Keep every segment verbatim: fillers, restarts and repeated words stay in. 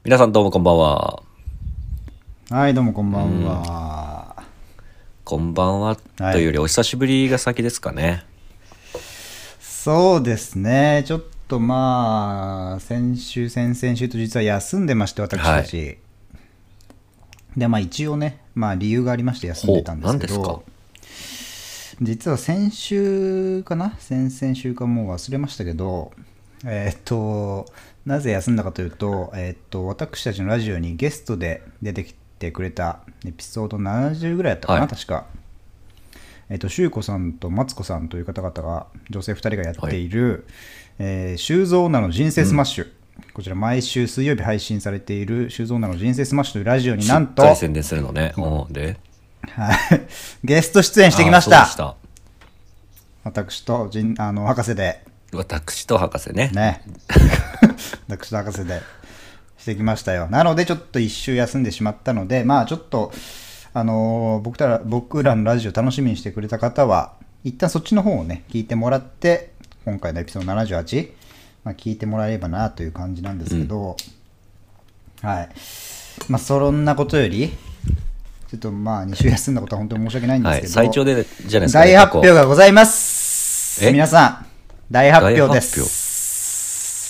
皆さんどうもこんばんは。 はいどうもこんばんは。 こんばんはというよりお久しぶりが先ですかね。 そうですね、ちょっとまあ先週先々週と実は休んでまして私たち、でまあ一応ね、まあ理由がありまして休んでたんですけど、 ほう、何ですか？ 実は先週かな先々週かもう忘れましたけど、えーっとなぜ休んだかというと、えーっと私たちのラジオにゲストで出てきてくれたエピソードななじゅうぐらいだったかな、 はい、 確かえっと、シュウコさんとマツコさんという方々が、女性ふたりがやっている、はい、えー、シュウゾーナの人生スマッシュ、うん、こちら毎週水曜日配信されているシュウゾーナの人生スマッシュというラジオになんと、 しっかり宣伝するのね。うん、で、 はい、ゲスト出演してきました。 あ、そうでした。 私と人あの博士で。 私と博士ね。 ね。私と博士でしてきましたよ。なので、ちょっと一週休んでしまったので、まあちょっと、あのー、僕ら僕らのラジオ楽しみにしてくれた方は一旦そっちの方をね聞いてもらって、今回のエピソードななじゅうはち、まあ、聞いてもらえればなという感じなんですけど、うん、はい、まあそんなことよりちょっとまあに週休んだことは本当に申し訳ないんですけど、 はい、最長でじゃないですか、 大発表がございます。皆さん大発表です。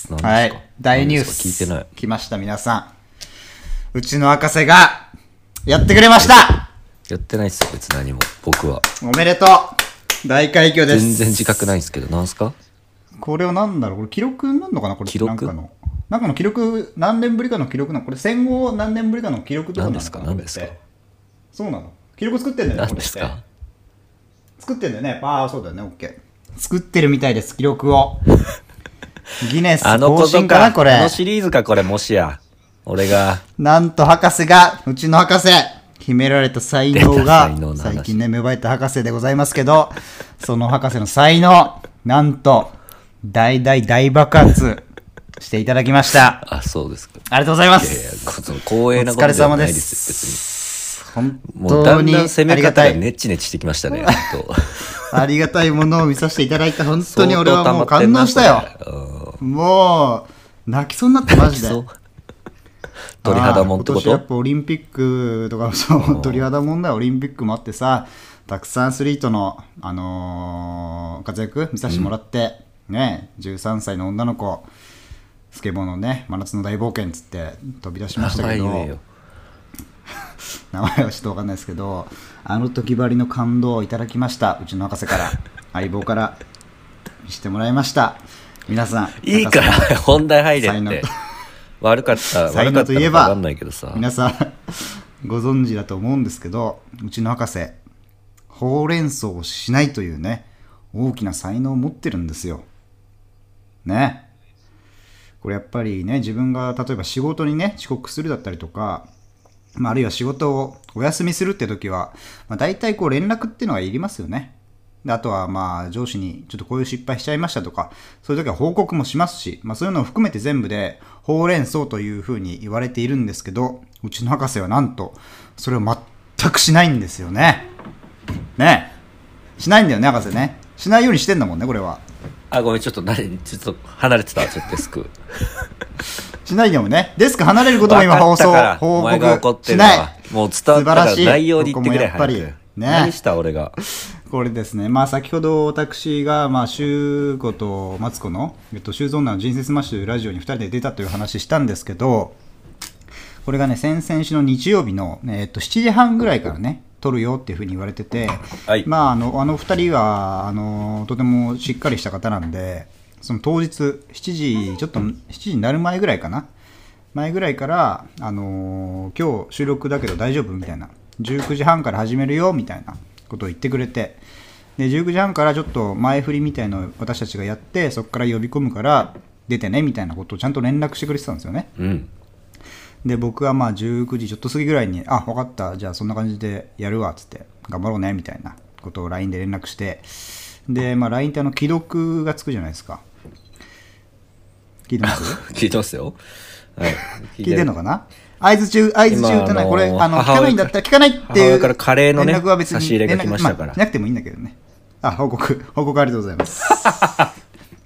大発表、 はい、大ニュース聞いてない。 来ました。皆さん、うちの博士がやってくれました。 やってないっすよ別に何も。僕はおめでとう、大快挙です。 全然自覚ないんですけど、なんすかこれは何だろう、これ記録になるのかな、これ記録なんかのなんかの記録、何年ぶりかの記録なの、これ戦後何年ぶりかの記録とかなのかな。 何ですか、何ですか。 そうなの、記録作ってんだよね。 何ですか、 作ってんだよね。ああそうだよね、オッケー、作ってるみたいです、記録を。ギネス更新かなこれ。 あのシリーズかこれ。もしや俺がなんと博士が、うちの博士秘められた才能が最近ね芽生えた博士でございますけど、その博士の才能なんと大大大爆発していただきました。 あ、そうですか。 ありがとうございます。 いやいや、光栄なことではないですよ別に。 本当にもうだんだん攻め方がネチネチしてきましたね。 ありがたいものを見させていただいた。本当に俺はもう感動したよ。もう泣きそうになってマジで。 鳥肌もんってこと？ 今年やっぱオリンピックとか、そう鳥肌もんだよ。オリンピックもあってさ、たくさんアスリートの、あのー、活躍見させてもらって、うん、ね、じゅうさんさいの女の子スケボーのね真夏の大冒険っつって飛び出しましたけど、名前名前はちょっと分かんないですけど、あの時ばりの感動をいただきました。うちの博士から相棒から見せてもらいました。皆さんいいから本題入れって。悪かった才能といえば悪かったのか分かんないけどさ、 皆さんご存知だと思うんですけど、うちの博士ほうれん草をしないというね大きな才能を持ってるんですよね。これやっぱりね、自分が例えば仕事にね遅刻するだったりとか、まあ、あるいは仕事をお休みするって時は、まあ、大体こう連絡っていうのがいりますよね。であとはまあ上司にちょっとこういう失敗しちゃいましたとか、そういう時は報告もしますし、まあ、そういうのを含めて全部でほうれん草というふうに言われているんですけど、うちの博士はなんとそれを全くしないんですよね。ねえ、しないんだよね博士ね。しないようにしてんだもんねこれは。 あ、ごめん、ちょっと何ちょっと離れてた、ちょっとデスクしないよね。デスク離れることも今放送報告しない。 もう伝わったから内容に言ってくれ。早くね、何した俺がこれですね、まあ、先ほど私が、まあ、シュウコとマツコの、えっと、シュウゾーナの人生スマッシュというラジオにふたりで出たという話したんですけど、これがね先々週の日曜日の、えっと、しちじはんぐらいからね撮るよっていうふうに言われてて、はい、まあ、あのあのふたりはあのとてもしっかりした方なんで、その当日しちじちょっとしちじになる前ぐらいかな前ぐらいから、あのー、今日収録だけど大丈夫みたいな、じゅうくじはんから始めるよみたいなことを言ってくれて、でじゅうくじはんからちょっと前振りみたいのを私たちがやって、そこから呼び込むから出てねみたいなことをちゃんと連絡してくれてたんですよね、うん、で僕はまあじゅうくじちょっと過ぎぐらいに、あ、分かった、じゃあそんな感じでやるわっつって、頑張ろうねみたいなことを ライン で連絡して、で、まあ、ライン ってあの既読がつくじゃないですか。聞いてます聞いてますよ、はい、 聞いてるのかな。合図中、合図中ってない、これ、あの、聞かないんだったら聞かないっていう連絡は別に、 差し入れが来ましたから、 まあ、なくてもいいんだけどね。あ、報告、報告ありがとうございます。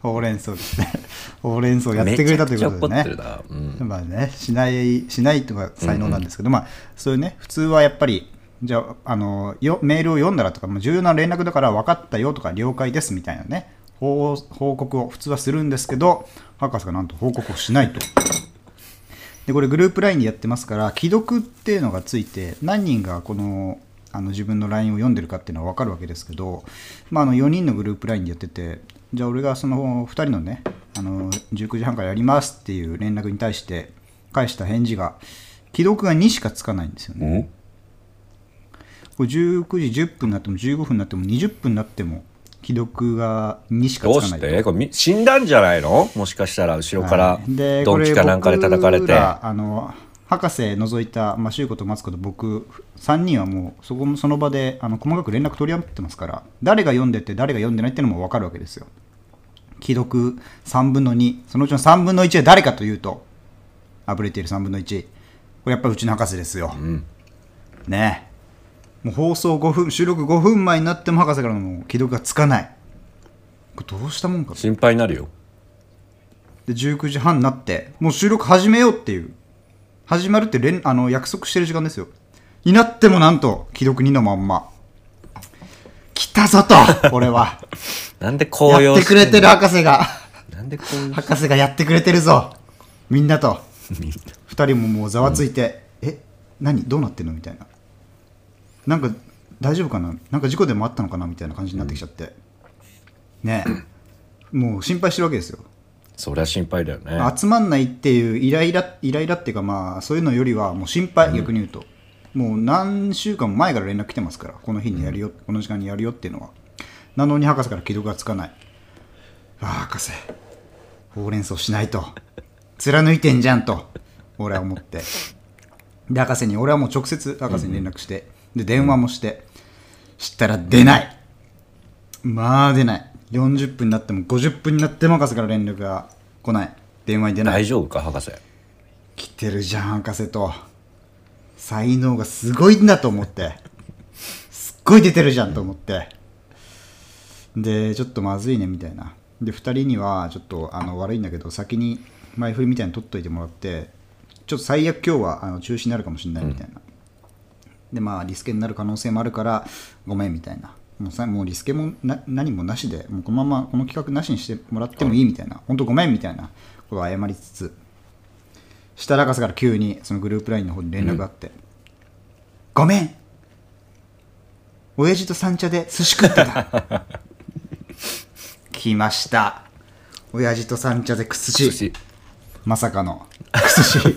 ほうれん草ですね。ほうれん草やってくれたということでね。 めちゃくちゃ怒ってるな。うん、 まあね、しないしないとか才能なんですけど、うんうん、まあそういうね、普通はやっぱりじゃあ、あのよメールを読んだらとか、重要な連絡だから分かったよとか了解ですみたいなね、報報告を普通はするんですけど、博士がなんと報告をしないと。でこれグループ ライン でやってますから、既読っていうのがついて何人がこのあの自分の ライン を読んでるかっていうのは分かるわけですけど、まあ、あのよにんのグループ ライン でやってて、じゃあ俺がそのふたりのね、あのじゅうくじはんからやりますっていう連絡に対して返した返事が既読がにしかつかないんですよね。これじゅうくじじゅっぷんになってもじゅうごふんになってもにじゅっぷんになっても既読がにしかつかない。 どうしてこれ死んだんじゃないの？もしかしたら後ろからドンキかなんかで叩かれて、 はい、あの博士除いた、まあ、修子とマツコと僕さんにんはもうそこその場であの細かく連絡取り合ってますから、誰が読んでて誰が読んでないっていうのも分かるわけですよ。既読さんぶんのに、そのうちのさんぶんのいちは誰かというと、あぶれているさんぶんのいち、これやっぱりうちの博士ですよ、うん、ねえ。もう放送ごふん、収録ごふんまえになっても博士からの既読がつかない。これどうしたもんかと。 心配になるよ。 でじゅうくじはんになってもう収録始めようっていう、始まるって連あの約束してる時間ですよ。になってもなんと既読にのまんま。来たぞと俺はなんで高揚やってくれてる博士がなんで高揚博士がやってくれてるぞみんなとふたりももうざわついて、うん、え何どうなってんのみたいな、なんか大丈夫かな、なんか事故でもあったのかなみたいな感じになってきちゃって、うん、ねえもう心配してるわけですよ。 そりゃ心配だよね。 集まんないっていうイライライライラっていうか、まあそういうのよりはもう心配、逆に言うと、うん、もう何週間も前から連絡来てますから、この日にやるよ、うん、この時間にやるよっていうのは。なのに博士から既読がつかない。ああ博士ほうれん草しないと貫いてんじゃんと俺は思って、で博士に俺はもう直接博士に連絡して、うん、で電話もして、したら出ない、まあ出ない。よんじゅっぷんになってもごじゅっぷんになっても博士から連絡が来ない、電話に出ない。 大丈夫か博士。 来てるじゃん博士と、才能がすごいんだと思ってすっごい出てるじゃんと思って、でちょっとまずいねみたいな。でふたりにはちょっとあの悪いんだけど先に前振りみたいに取っといてもらって、ちょっと最悪今日はあの中止になるかもしれないみたいな、うん、でまあリスケになる可能性もあるからごめんみたいな、もうさもうリスケもな何もなしでもうこのままこの企画なしにしてもらってもいいみたいな、本当ごめんみたいなことを謝りつつ、したら博士から急にそのグループ ライン の方に連絡があって、うん、ごめん親父と三茶で寿司食ってた来ました、親父と三茶でくすし、まさかのくすし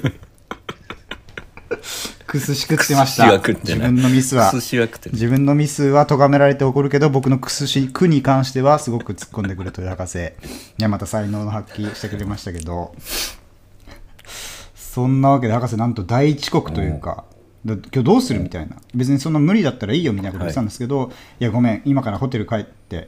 くすし食ってました。自分のミスは自分のミスは咎められて怒るけど、僕のくすし苦に関してはすごく突っ込んでくるという博士、いやまた才能の発揮してくれましたけど、そんなわけで博士なんと大遅刻というか、今日どうするみたいな、別にそんな無理だったらいいよみたいなこと言ってたんですけど、はい、いやごめん今からホテル帰って、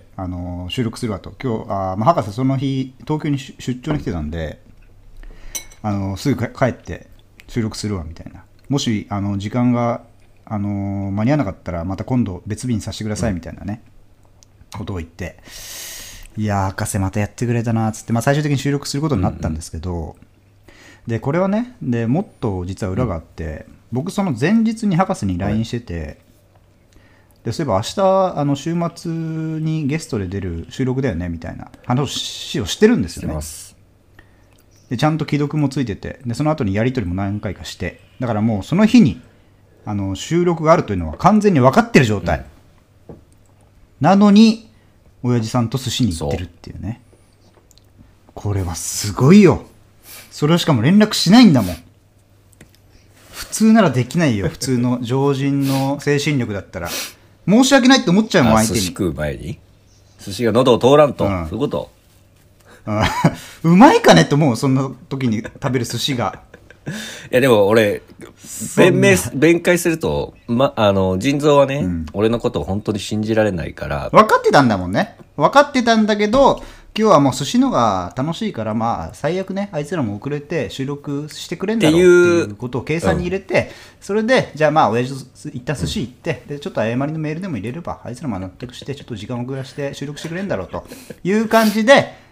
あのー、収録するわと。今日あ、まあ、博士その日東京に出張に来てたんで、あのー、すぐ帰って収録するわみたいな、もしあの時間が、あのー、間に合わなかったらまた今度別日にさせてくださいみたいなね、うん、ことを言って、いや博士またやってくれたなっつって、まあ、最終的に収録することになったんですけど、うんうん、でこれはね、でもっと実は裏があって、うん、僕その前日に博士に ライン してて、はい、でそういえば明日あの週末にゲストで出る収録だよねみたいな話をしてるんですよね。でちゃんと既読もついてて、でその後にやり取りも何回かして、だからもうその日にあの収録があるというのは完全に分かってる状態、うん、なのに親父さんと寿司に行ってるっていうね。これはすごいよ。それをしかも連絡しないんだもん。普通ならできないよ。普通の常人の精神力だったら申し訳ないって思っちゃうもん、相手に。 寿司食う前に寿司が喉を通らんと、うん、そういうことうまいかねって思う、そんな時に食べる寿司が。 いやでも俺弁明弁解すると、ま、あの腎臓はね、うん、俺のことを本当に信じられないから。 分かってたんだもんね。分かってたんだけど、今日はもう寿司のが楽しいから、まあ最悪ねあいつらも遅れて収録してくれんだろうっていうことを計算に入れて、うん、それでじゃあまあ親父と一旦寿司行って、うん、でちょっと謝りのメールでも入れればあいつらも納得してちょっと時間を遅らして収録してくれんだろうという感じで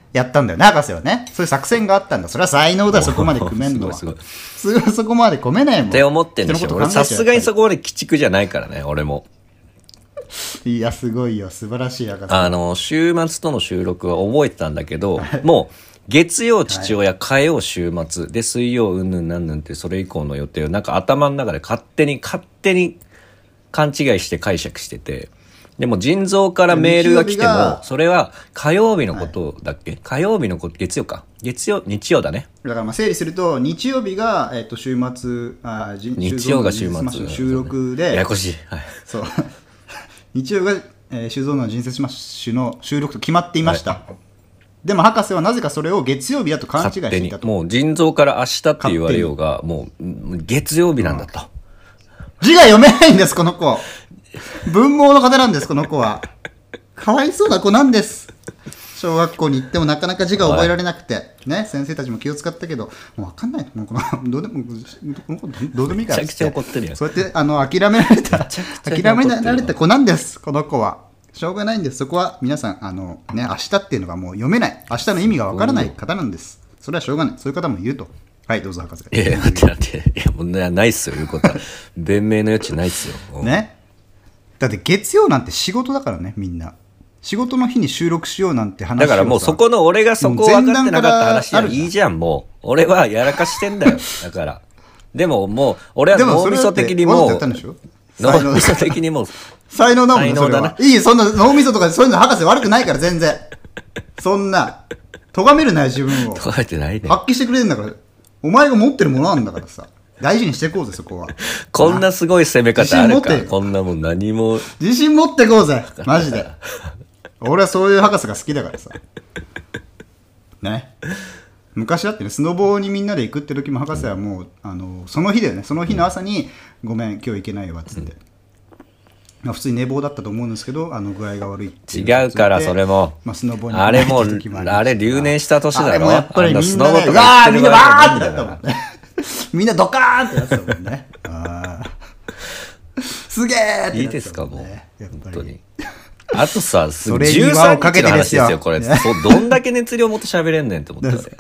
やったんだよね、博士はね。そういう作戦があったんだ。それは才能だ、そこまで組めんのは。すごいすごい。そこまで組めないもん。 って思ってんでしょ。俺さすがにそこまで鬼畜じゃないからね、俺も。 いや、すごいよ。素晴らしい博士。 あの、週末との収録は覚えてたんだけど、もう、月曜父親、火曜週末、で、水曜うんぬんなんぬんってそれ以降の予定をなんか頭の中で勝手に、勝手に勘違いして解釈してて、でも腎臓からメールが来ても、それは火曜日のことだっけ、はい、火曜日のこと、月曜か。月曜、日曜だね。 だからまあ整理すると、日曜日が、えっと、週末、あ日曜が週末。 収録で。 ややこしい。はい。 そう。日曜が、えー、修造の人生スマッシュの収録と決まっていました。はい、でも博士はなぜかそれを月曜日だと勘違いしていたと。 もう腎臓から明日って言われようが、もう月曜日なんだと。 字が読めないんです、この子。文盲の方なんです、この子は。かわいそうな子なんです。小学校に行ってもなかなか字が覚えられなくて、ね、先生たちも気を使ったけど、もう分かんない。もうこのどうでも、この子どうでもいいからって。 めちゃくちゃ怒ってるやん。 そうやってあの諦められた、諦められた子なんです、この子は。しょうがないんです。そこは皆さん、あのね、明日っていうのがもう読めない。明日の意味が分からない方なんです。それはしょうがない。そういう方も言うと。はい、どうぞ博士。 いやいや、待って待って。いや、もうないっすよ、いうことは。弁明の余地ないっすよ。 ね。だって月曜なんて仕事だからね、みんな。仕事の日に収録しようなんて話をだからもうそこの俺がそこを分かってなかった話はいいじゃん、もう。俺はやらかしてんだよ。だから。でももう、俺は脳みそ的にもう、脳みそ的にもう、 才能だもんね、それは。いい、そんな脳みそとかそういうの博士悪くないから全然。そんな、咎めるなよ、自分を。 咎めてないね。 発揮してくれるんだから。お前が持ってるものなんだからさ。大事にしていこうぜ、そこは。 こんなすごい攻め方あるか。こんなもん何も。 自信持っていこうぜ、マジで。俺はそういう博士が好きだからさ。ね。昔だってね、スノボーにみんなで行くって時も博士はもう、あの、その日だよね。その日の朝に、ごめん、今日行けないわ、つって。まあ、普通に寝坊だったと思うんですけど、あの具合が悪いっていう違うから、それも。 まあ、スノボにあれも、あれ留年した年だろ。あれもやっぱりみんな、ね、 スノボとか行ってるみんなバーってなったもんね。みんなドカーンってやってたもんね。あすげーって、ね。 いいですか、もう。本当に。あとさ、 じゅうさんにちの話ですよ、 これ。どんだけ熱量持って喋れんねんって思って。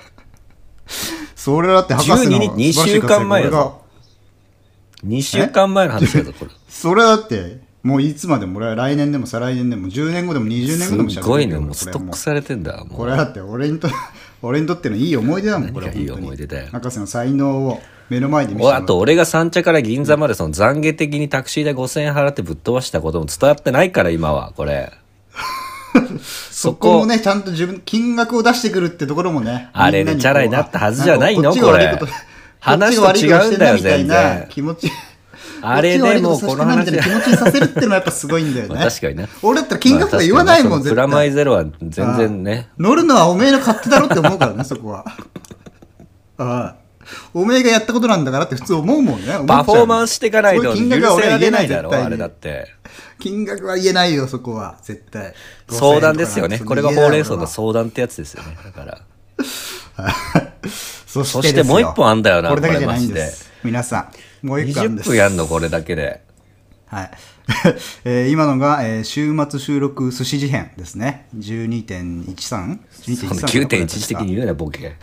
それだって博士のにしゅうかんまえだぞ。にしゅうかんまえの話だぞ、これ。 それだって、もういつまでも、俺は来年でも再来年でも、じゅうねんごでもにじゅうねんごでも喋れる。 すごいね、もうストックされてんだ。 これだって俺にと、俺にとってのいい思い出だもん、これは。 いい思い出だよ。 博士の才能を目の前で見せてもらって。 あと、俺が三茶から銀座までその懺悔的にタクシー代ごせんえん払ってぶっ飛ばしたことも伝わってないから、今は、これ。 そこもね、ちゃんと自分、金額を出してくるってところもね。 あれでチャラになったはずじゃないのこれ。話と違うんだよ、全然。 気持ち。 あれでもこの話で気持ちにさせるっていうのはやっぱすごいんだよね。 確かにね。 俺だったら金額とか言わないもん、絶対。 プラマイゼロは全然ね。 乗るのはおめえの勝手だろって思うからね、そこは。ああ。おめえがやったことなんだからって普通思うもんね。 パフォーマンスしていかないと許せられないだろ、あれだって。 金額は言えないよ、そこは。絶対。 相談ですよね。これがほうれん草の相談ってやつですよね。だから。 そして、そしてもう一本あんだよな、 これだけじゃないんです。皆さん、もう一本あるんです。 にじゅっぷんやんの、これだけで。 はい。えー、今のが、えー、週末収録寿司事変ですね。じゅうにてんいちさん? きゅうてんいちいち 的に言うな、ボケ。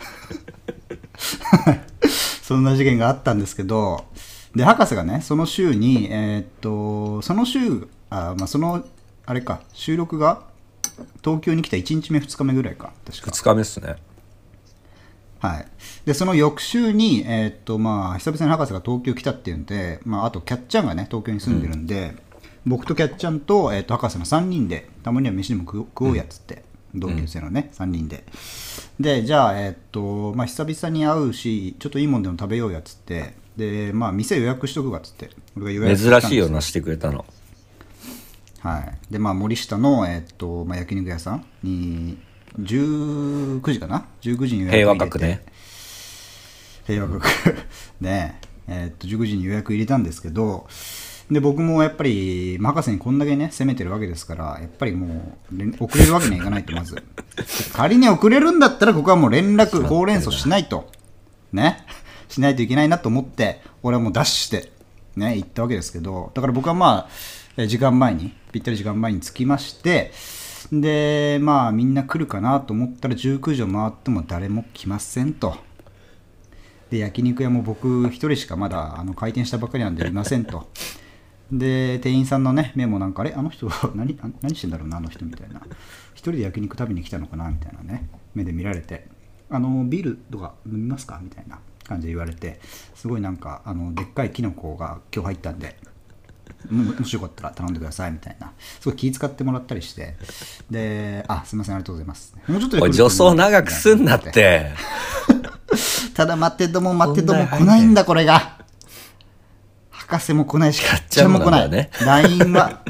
そんな事件があったんですけど、で、博士がね、その週に、えー、っと、その週、あ、まあ、その、あれか、収録が東京に来たいちにちめ、ふつかめぐらいか、確か。 ふつかめっすね。 はい。で、その翌週に、えー、っと、まあ、久々に博士が東京来たっていうんで、まあ、あと、キャッチャンがね、東京に住んでるんで、うん、僕とキャッチャンと、えー、っと、博士のさんにんで、たまには飯でも食おうやっつって、うん、同級生のね、さんにんで。で、じゃあ、えー、っと、まあ、久々に会うし、ちょっといいもんでも食べようやっつって、で、まあ、店予約しとくわっつって、俺が予約したんです。 珍しいよな、してくれたの。 はい。で、まあ、森下の、えー、っと、まあ、焼肉屋さんに、じゅうくじかな ?じゅうくじに予約入れて。 平和閣ね。 平和閣。ねえ、えー、っと、じゅうくじに予約入れたんですけど、で、僕もやっぱり、博士にこんだけね、攻めてるわけですから、やっぱりもう、遅れるわけにはいかないと、まず。仮に遅れるんだったら、ここはもう連絡、ほうれん草しないと。ね。しないといけないなと思って、俺はもうダッシュして、ね、行ったわけですけど、だから僕はまあ、時間前に、ぴったり時間前に着きまして、 でまあみんな来るかなと思ったらじゅうくじを回っても誰も来ませんと。で焼肉屋も僕一人しかまだあの開店したばかりなんでいませんと。で店員さんのね目もなんかあれあの人何何してんだろうなあの人みたいな、一人で焼肉食べに来たのかなみたいなね目で見られて、あのビールとか飲みますかみたいな感じで言われて、すごいなんかあのでっかいキノコが今日入ったんでももしよかったら頼んでくださいみたいな、すごい気遣ってもらったりして、であすいませんありがとうございます、もうちょっとで来る女装長くすんなってただ待ってども待ってども来ないんだこれが。博士も来ないしかっちゃんも来ない、ね、ライン は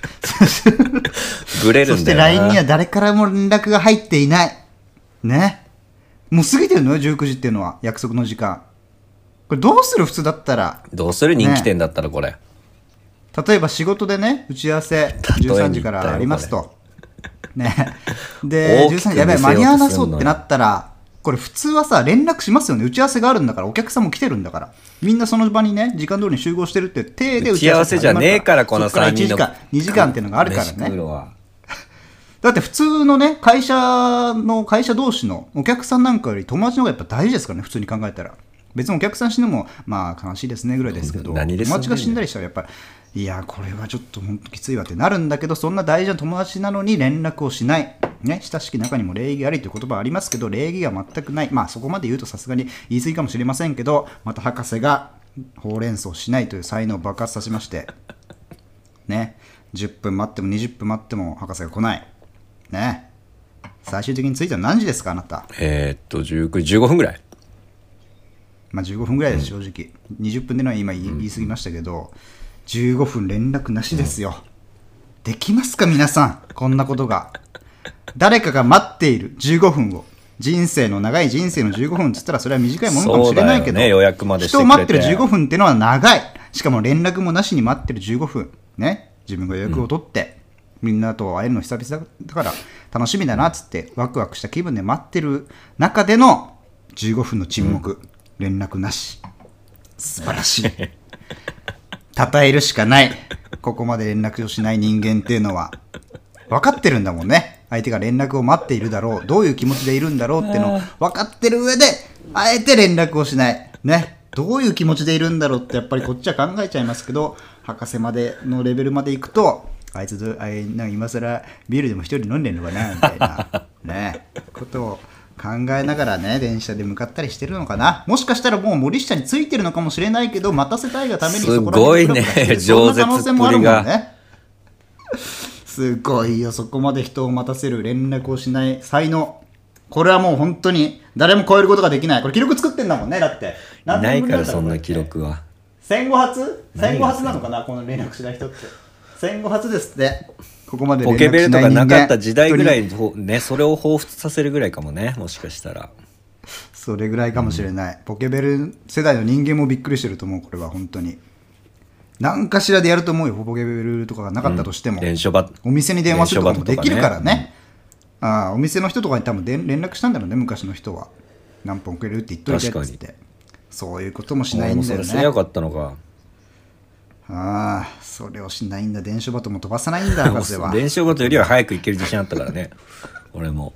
ブレるんだよな。そして ライン には誰からも連絡が入っていないね。もう過ぎてるのよじゅうくじっていうのは約束の時間。これどうする普通だったら。 どうする人気店だったらこれ、ね、 例えば仕事でね打ち合わせじゅうさんじからありますとねでじゅうさんじやばい間に合わなそうってなったら、これ普通はさ連絡しますよね。打ち合わせがあるんだから、お客さんも来てるんだから、みんなその場にね時間通りに集合してるって体で打ち合わせじゃねえからこのさんにんのそっからいちじかんにじかんっていうのがあるからね。だって普通のね会社の会社同士のお客さんなんかより友達の方がやっぱ大事ですからね、普通に考えたら。別にお客さん死ぬもまあ悲しいですねぐらいですけど、友達が死んだりしたらやっぱりいやこれはちょっと本当きついわってなるんだけど、そんな大事な友達なのに連絡をしないね、親しき中にも礼儀ありという言葉ありますけど、礼儀が全くない。まあそこまで言うとさすがに言い過ぎかもしれませんけど、また博士がほうれん草しないという才能を爆発させましてね、じゅっぷん待ってもにじゅっぷん待っても博士が来ないね。最終的に着いたの何時ですかあなた。 えー、っとじゅうくじじゅうごふんぐらい。 まあじゅうごふんぐらいです正直、うん、にじゅっぷんでのは今言い、言い過ぎましたけど、じゅうごふん連絡なしですよ、うん、できますか皆さんこんなことが。誰かが待っているじゅうごふんを、人生の長い人生のじゅうごふんっつったらそれは短いものかもしれないけど、 ね、予約までしてくれて人を待ってるじゅうごふんってのは長い。しかも連絡もなしに待ってるじゅうごふんね、自分が予約を取って、うん、みんなと会えるの久々だから楽しみだなっつってワクワクした気分で待ってる中でのじゅうごふんの沈黙、うん、連絡なし、素晴らしい称えるしかない。ここまで連絡をしない人間っていうのは分かってるんだもんね。相手が連絡を待っているだろう、どういう気持ちでいるんだろうっていうのを分かってる上であえて連絡をしないね。どういう気持ちでいるんだろうってやっぱりこっちは考えちゃいますけど、博士までのレベルまで行くとあいつどあいなんか今更ビールでも一人飲んでんのかなみたいなねことを考えながらね電車で向かったりしてるのかな。もしかしたらもう森下についてるのかもしれないけど、待たせたいがためにそこら辺にすごいね饒舌っぷりがすごいよ。そこまで人を待たせる連絡をしない才能、これはもう本当に誰も超えることができない。これ記録作ってんだもんね。だっていないからそんな記録は戦後初戦後初なのかなこの連絡しない人って。戦後初ですって。ここまで連絡しない人間、 ポケベルとかなかった時代ぐらいね、それを彷彿させるぐらいかもね、もしかしたらそれぐらいかもしれない、うん、ポケベル世代の人間もびっくりしてると思う。これは本当に何かしらでやると思うよ。ポケベルとかがなかったとしても、うん、お店に電話するとかもできるからね、うん、ああお店の人とかに多分連絡したんだろうね、昔の人は。何本くれるって言っといてっつって。そういうこともしないんだよね。 それすればよかったのか。 ああそれをしないんだ。電書バトも飛ばさないんだ博士は。 電書バトよりは早く行ける自信あったからね俺も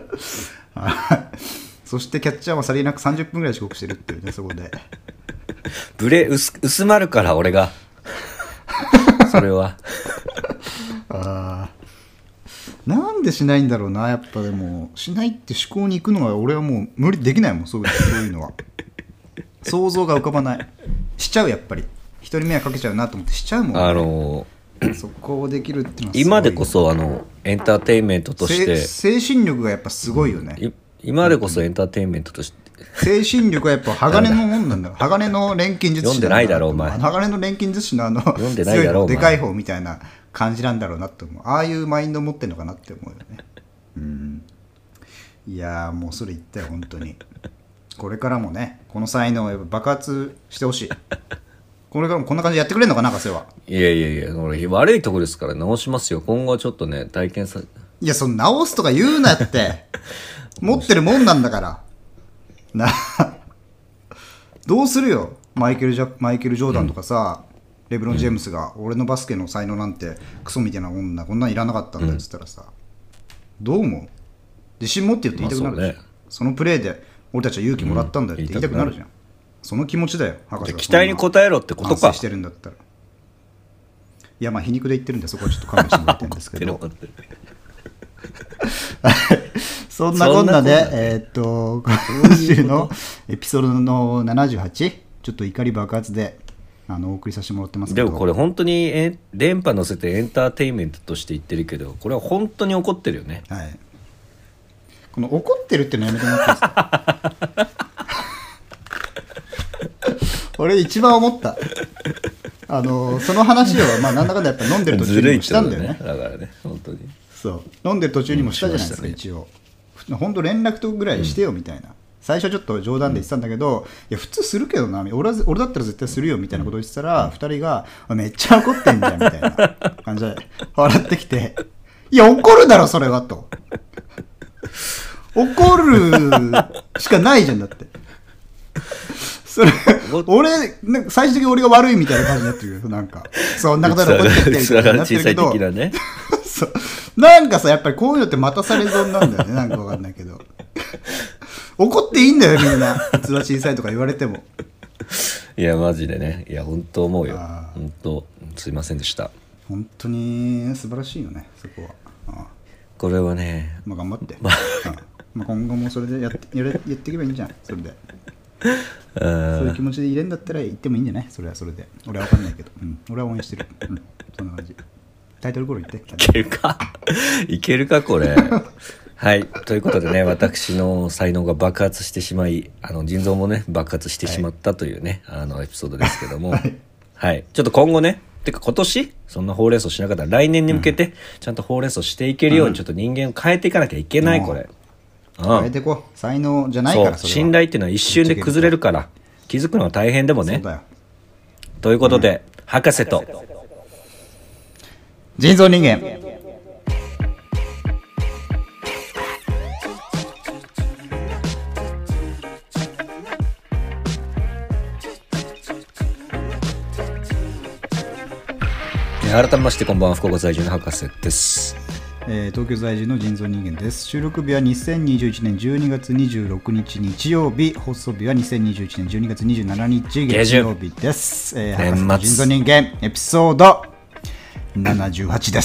そしてキャッチャーはさりなくさんじゅっぷんぐらい遅刻してるっていうね。そこでブレ薄薄まるから俺がそれはあなんでしないんだろうな。やっぱでもしないって思考に行くのは俺はもう無理できないもん。そういうそういうのは想像が浮かばない。しちゃう。やっぱり一人目はかけちゃうなと思ってしちゃうもん、ね、 あのー、 そこをできるっていうのは今でこそあのエンターテインメントとして精神力がやっぱすごいよね。 今でこそエンターテインメントとして精神力はやっぱ鋼のもんなんだよ。鋼の錬金術師読んでないだろうお前。 鋼の錬金術師のあの読んでないだろう強いでかい方みたいな感じなんだろうなって思う。ああいうマインド持ってんのかなって思うよね。うんいやもうそれ言ったよ本当に。これからもねこの才能をやっぱ爆発してほしい。これからもこんな感じでやってくれるのかな博士は。 いやいやいや俺悪いとこですから直しますよ。今後はちょっとね体験さ。 いやその直すとか言うなって持ってるもんなんだからなどうするよ。マイケルジャマイケル・ジョーダンとかさ、うん、レブロン・ジェームスが、うん、俺のバスケの才能なんてクソみたいな女こんなんいらなかったんだっつったらさ、 どう思う？自信持ってよって言いたくなるでしょ、まあ そ, ね、そのプレーで俺たちは勇気もらったんだって言いたくなるじゃん、うん、その気持ちだよ博士が。 期待に応えろってことか。 反省してるんだったら。いやまあ皮肉で言ってるんでそこはちょっと勘弁してもらってるんですけどそんなこんなでえー、っと今週のエピソードのななじゅうはちちょっと怒り爆発であのお送りさせてもらってますけど、 でもこれ本当にえ電波乗せてエンターテインメントとして言ってるけどこれは本当に怒ってるよね。 はい、この怒ってるってのやめてもらっていいですか俺一番思ったあのその話をまあなんだかんだやっぱ飲んでる途中にもしたんだよね。 だからね本当にそう飲んでる途中にもしたじゃないですか、うん、一応本当連絡とぐらいしてよみたいな、うん、最初ちょっと冗談で言ってたんだけど、うん、いや普通するけどな 俺, は俺だったら絶対するよみたいなことを言ってたら、うん、ふたりがめっちゃ怒ってんじゃんみたいな感じで笑ってきていや怒るだろそれはと怒るしかないじゃんだってそれ俺なんか最終的に俺が悪いみたいな感じになってるよなんかそんなことで怒ってきてみたいになってるけどね、そうなんかさやっぱりこういうのって待たされ損なんだよねなんかわかんないけど怒っていいんだよみんな器小さいとか言われても。 いやマジでねいや本当思うよ本当すいませんでした。 本当に素晴らしいよねそこは。ああこれはねまあ頑張って、まあまあ、今後もそれでやってやれやっていけばいいんじゃんそれでそういう気持ちで入れんだったら言ってもいいんじゃない？それはそれで俺は分かんないけど、うん、俺は応援してる、うん、そんな感じ。タイトルコール言って。 いけるかいけるかこれはいということでね私の才能が爆発してしまいあの腎臓もね爆発してしまったというね、はい、あのエピソードですけども、はい、はい、ちょっと今後ねてか今年そんなほうれん草しなかったら来年に向けてちゃんとほうれん草していけるようにちょっと人間を変えていかなきゃいけない、うん、これ変えてこう才能じゃないからそう信頼っていうのは一瞬で崩れるから気づくのは大変でもね。そうだよということで、うん、博士と人造人間改めましてこんばんは福岡在住の博士です、 えー、東京在住の人造人間です。収録日はにせんにじゅういちねんじゅうにがつにじゅうろくにち日曜日、放送日はにせんにじゅういちねんじゅうにがつにじゅうしちにち月曜日です、えー、博士の人造人間エピソードななじゅうはちです。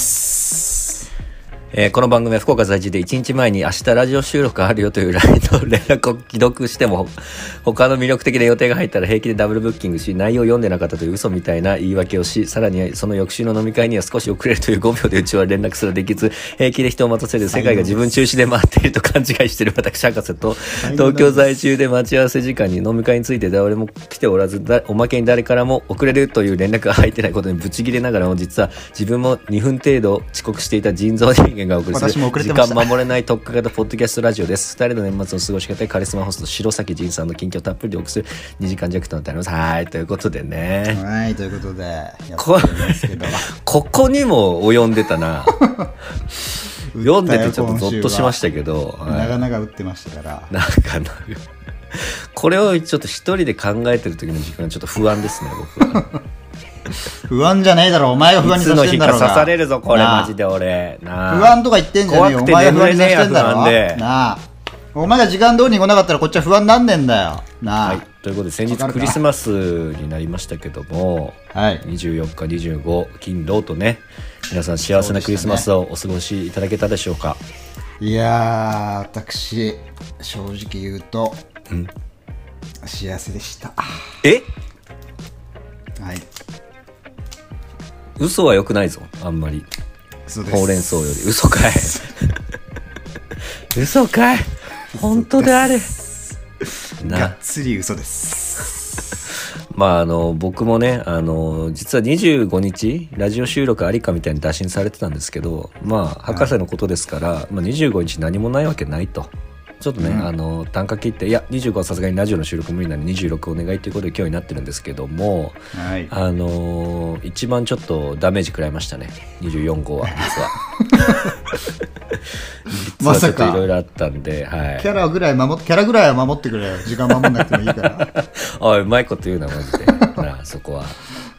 えー、この番組は福岡在住でいちにちまえに明日ラジオ収録あるよという ライン の連絡を既読しても他の魅力的な予定が入ったら平気でダブルブッキングし内容を読んでなかったという嘘みたいな言い訳をし、さらにその翌週の飲み会には少し遅れるというごびょうでうちは連絡すらできず平気で人を待たせる世界が自分中心で回っていると勘違いしている私博士と東京在住で待ち合わせ時間に飲み会について誰も来ておらずおまけに誰からも遅れるという連絡が入ってないことにブチギレながらも実は自分もにふん程度遅刻していた人造人間がお送りする時間守れない特化型ポッドキャストラジオです。ふたりの年末の過ごし方やカリスマホスト白崎仁さんの近況をたっぷりでお送りするにじかん弱となっております。はいということでねはいということでやってますけどここにも及んでたな読んでてちょっとゾッとしましたけど長々打ってましたからなんかなこれをちょっと一人で考えてる時の時間ちょっと不安ですね僕は不安じゃねえだろお前が不安にさせてんだろうが。いつの日か刺されるぞこれマジで俺な不安とか言ってんじゃねえよお前が不安にさせてんだろなあお前が時間通りに来なかったらこっちは不安なんねんだよなあ、はい、 ということで先日クリスマスになりましたけども、はい、にじゅうよっかにじゅうご金土とね皆さん幸せなクリスマスをお過ごしいただけたでしょうか。 いやー私正直言うと、うん、幸せでした。 えはい嘘は良くないぞあんまり嘘です。 ほうれん草より嘘かい嘘かい本当であれがっつり嘘です。 まああの僕もねあの実はにじゅうごにちラジオ収録ありかみたいに打診されてたんですけどまあ博士のことですから、はいまあ、にじゅうごにち何もないわけないとちょっとね、うん、あの単価切っていやにじゅうごはさすがにラジオの収録無理なのでにじゅうろくお願いということで今日になってるんですけども、はい、あのー、一番ちょっとダメージ食らいましたねにじゅうよん号は実は実はちょっといろいろあったんで、はい、 キャラぐらい守キャラぐらいは守ってくれよ時間守んなくてもいいからおいうまいこと言うなマジでなあそこは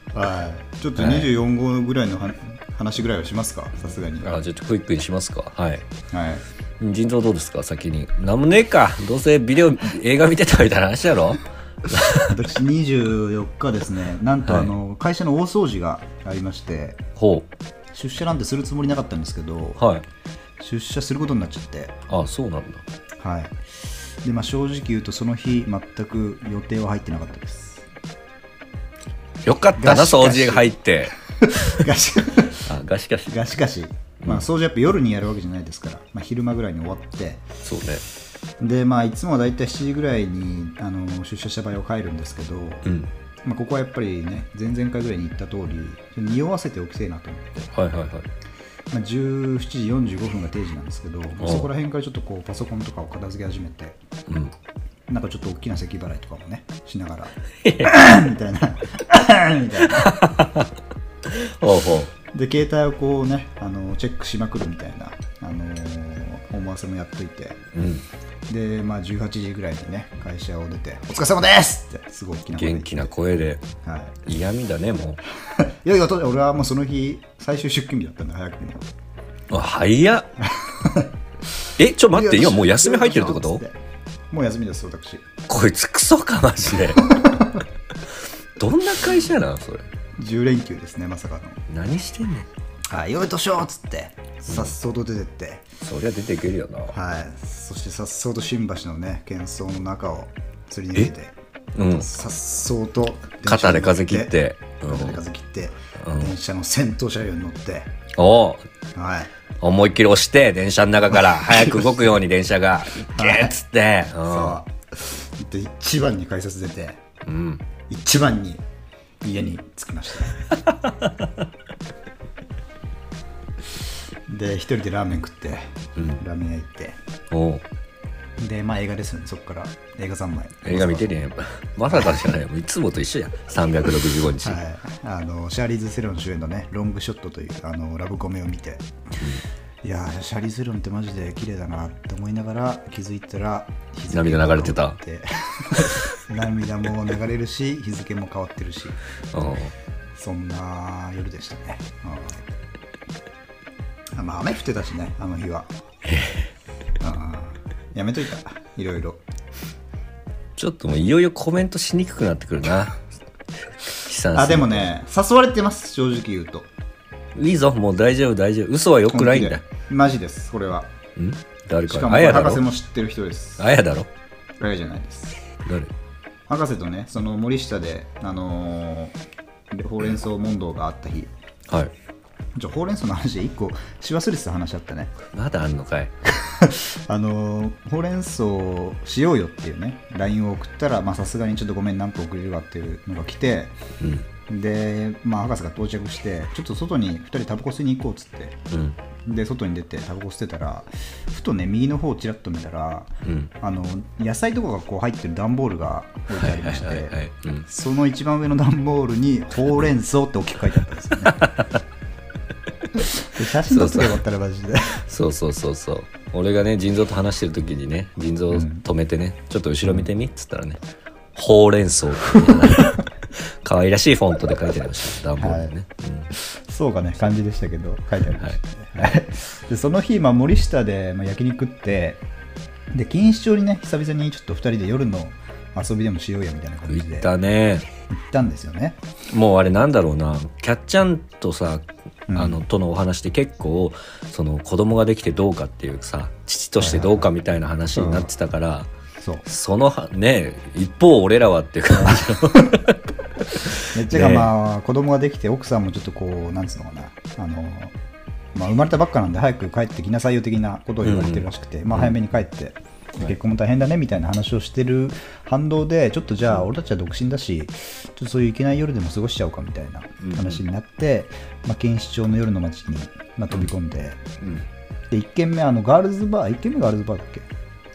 はい、ちょっとにじゅうよん号ぐらいのは話ぐらいはしますか、さすがに。 あ、ちょっとクイックにしますか。はい、 はい、 腎臓どうですか？先に。なんもねえか、どうせビデオ映画見てたみたいな話やろ。 私にじゅうよっかですね、なんとあの、はい、会社の大掃除がありまして、 ほう、 出社なんてするつもりなかったんですけど、 はい、 出社することになっちゃって。 あ、そうなんだ。 はい。で、まあ、正直言うとその日全く予定は入ってなかったです。 よかったな、掃除が入って。 ガシあ、ガシガシガシガシ、まあ、掃除やっぱ夜にやるわけじゃないですから、まあ、昼間ぐらいに終わって、 そうね。 で、まあ、いつもはだいたいしちじぐらいにあの出社した場合は帰るんですけど、うん、まあ、ここはやっぱりね、前々回ぐらいに言った通り匂わせておきたいなと思って、 はいはいはい、 まあ、じゅうしちじよんじゅうごふんが定時なんですけど、そこら辺からちょっとこうパソコンとかを片付け始めて、うん、なんかちょっと大きな咳払いとかもねしながらみたいなみたいなほうほうで、携帯をこうね、あのチェックしまくるみたいな、あのー、思わせもやっといて、うん、で、まあ、じゅうはちじぐらいにね会社を出て、お疲れ様ですってすごい大きな声で元気な声で、はい、嫌味だねもういやいや、俺はもうその日最終出勤日だったんだ、早くにも。 あ、早っえ、ちょ待って、今もう休み入ってるってこと？ もう休みです、私。 こいつクソかマジでどんな会社なんそれ。 じゅう連休ですね、まさかの。 何してんねん。 はい、よいとしょっつってさっそうと出てって、 うん、そりゃ出ていけるよな。 はい、そしてさっそうと新橋のね喧騒の中を釣り抜けて、うん、さっそうと肩で風切って、 肩で風切って、うん、電車の先頭車両に乗って、 お、 はい、 思いっきり押して電車の中から早く動くように電車がゲーッつって、はい、 そうで一番に改札出て、 うん、 一番に家に着きましたで、一人でラーメン食って、うん、ラーメン屋行って、おで、まあ映画ですよね、そこから映画三昧。 映画見てねえまさかじゃないよ、いつもと一緒やさんびゃくろくじゅうごにち、 はい、あのシャーリーズ・セロン主演のねロングショットというあのラブコメを見て、うん、いやーシャーリーズ・セロンってマジで綺麗だなって思いながら気づいたら涙流れてた涙も流れるし日付も変わってるしそんな夜でしたね。あ、まあ、雨降ってたしねあの日はあ、やめといた、いろいろ。 ちょっともういよいよコメントしにくくなってくるなあ、でもね誘われてます、正直言うと。 いいぞ、もう大丈夫大丈夫、嘘はよくないんだ。 マジです、これは。 ん誰か。 しかも博士も知ってる人です。 あやだろ。 あやじゃないです。 誰？ 博士とね、その森下で、あのー、ほうれん草問答があった日、 はい、 じゃほうれん草の話でいっこし忘れてた話あったね。 まだあんのかいあのー、ほうれん草しようよっていうね ライン を送ったら、さすがにちょっとごめん何分送れるわっていうのが来て、うん、で、まあ、博士が到着してちょっと外にふたりタバコ吸いに行こうっつって、うん、で外に出てタバコ吸ってたらふとね右の方をちらっと見たら、うん、あの野菜とかがこう入ってる段ボールが置いてありまして、その一番上の段ボールにほうれん草って大きく書いてあったんですよね写真撮ってよかったらマジでそうそうそうそう、俺がね腎臓と話してる時にね腎臓を止めてね、うん、ちょっと後ろ見てみっつったらね、ほうれん草可愛らしいフォントで書いてありました段ボールでね、はい、うん、 そうかね感じでしたけど書いてありましたね、はい、でその日、まあ、森下で、まあ、焼肉ってで錦糸町にね久々にちょっとふたりで夜の遊びでもしようやみたいな感じで行ったね行ったんですよね。 もうあれなんだろうな、キャッチャンとさあのとのお話で結構その子供ができてどうかっていうさ父としてどうかみたいな話になってたから、はいはいはい、そうそのね一方俺らはっていう感じめっちゃ、まあ子供ができて奥さんもちょっとこうなんつうのかな、あの、まあ、生まれたばっかなんで早く帰ってきなさいよ的なことを言われてるらしくて、うん、まあ、早めに帰って、うん、結婚も大変だねみたいな話をしてる反動でちょっとじゃあ俺たちは独身だしちょっとそういういけない夜でも過ごしちゃおうかみたいな話になって、うん、まあ、錦糸町の夜の街に、まあ、飛び込んで、うん、でいっけんめあのガールズバーいっけんめガールズバーだっけい